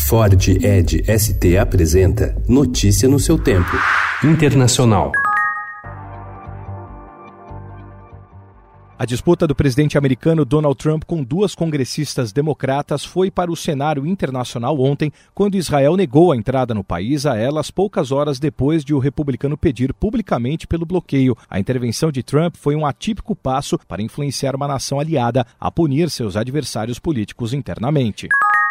Ford Edge ST apresenta Notícia no seu tempo. Internacional. A disputa do presidente americano Donald Trump com duas congressistas democratas foi para o cenário internacional ontem, quando Israel negou a entrada no país a elas poucas horas depois de o republicano pedir publicamente pelo bloqueio. A intervenção de Trump foi um atípico passo para influenciar uma nação aliada a punir seus adversários políticos internamente.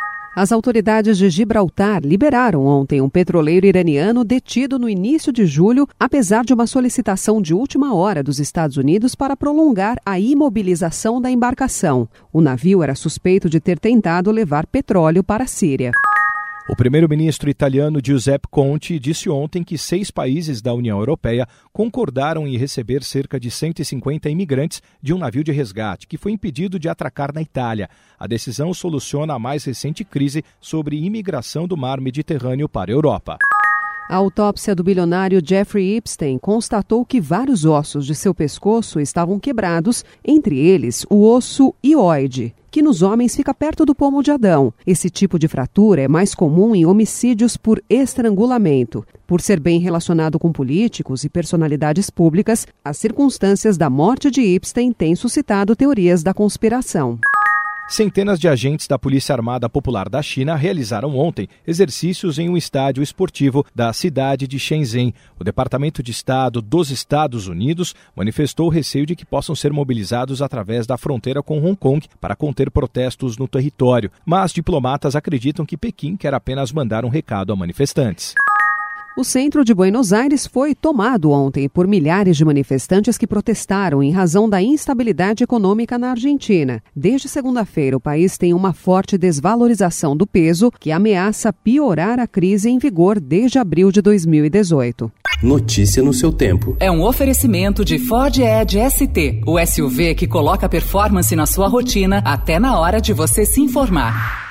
As autoridades de Gibraltar liberaram ontem um petroleiro iraniano detido no início de julho, apesar de uma solicitação de última hora dos Estados Unidos para prolongar a imobilização da embarcação. O navio era suspeito de ter tentado levar petróleo para a Síria. O primeiro-ministro italiano Giuseppe Conte disse ontem que 6 países da União Europeia concordaram em receber cerca de 150 imigrantes de um navio de resgate que foi impedido de atracar na Itália. A decisão soluciona a mais recente crise sobre imigração do mar Mediterrâneo para a Europa. A autópsia do bilionário Jeffrey Epstein constatou que vários ossos de seu pescoço estavam quebrados, entre eles o osso hioide, que nos homens fica perto do pomo de Adão. Esse tipo de fratura é mais comum em homicídios por estrangulamento. Por ser bem relacionado com políticos e personalidades públicas, as circunstâncias da morte de Epstein têm suscitado teorias da conspiração. Centenas de agentes da Polícia Armada Popular da China realizaram ontem exercícios em um estádio esportivo da cidade de Shenzhen. O Departamento de Estado dos Estados Unidos manifestou o receio de que possam ser mobilizados através da fronteira com Hong Kong para conter protestos no território. Mas diplomatas acreditam que Pequim quer apenas mandar um recado a manifestantes. O centro de Buenos Aires foi tomado ontem por milhares de manifestantes que protestaram em razão da instabilidade econômica na Argentina. Desde segunda-feira, o país tem uma forte desvalorização do peso que ameaça piorar a crise em vigor desde abril de 2018. Notícia no seu tempo. É um oferecimento de Ford Edge ST, o SUV que coloca performance na sua rotina até na hora de você se informar.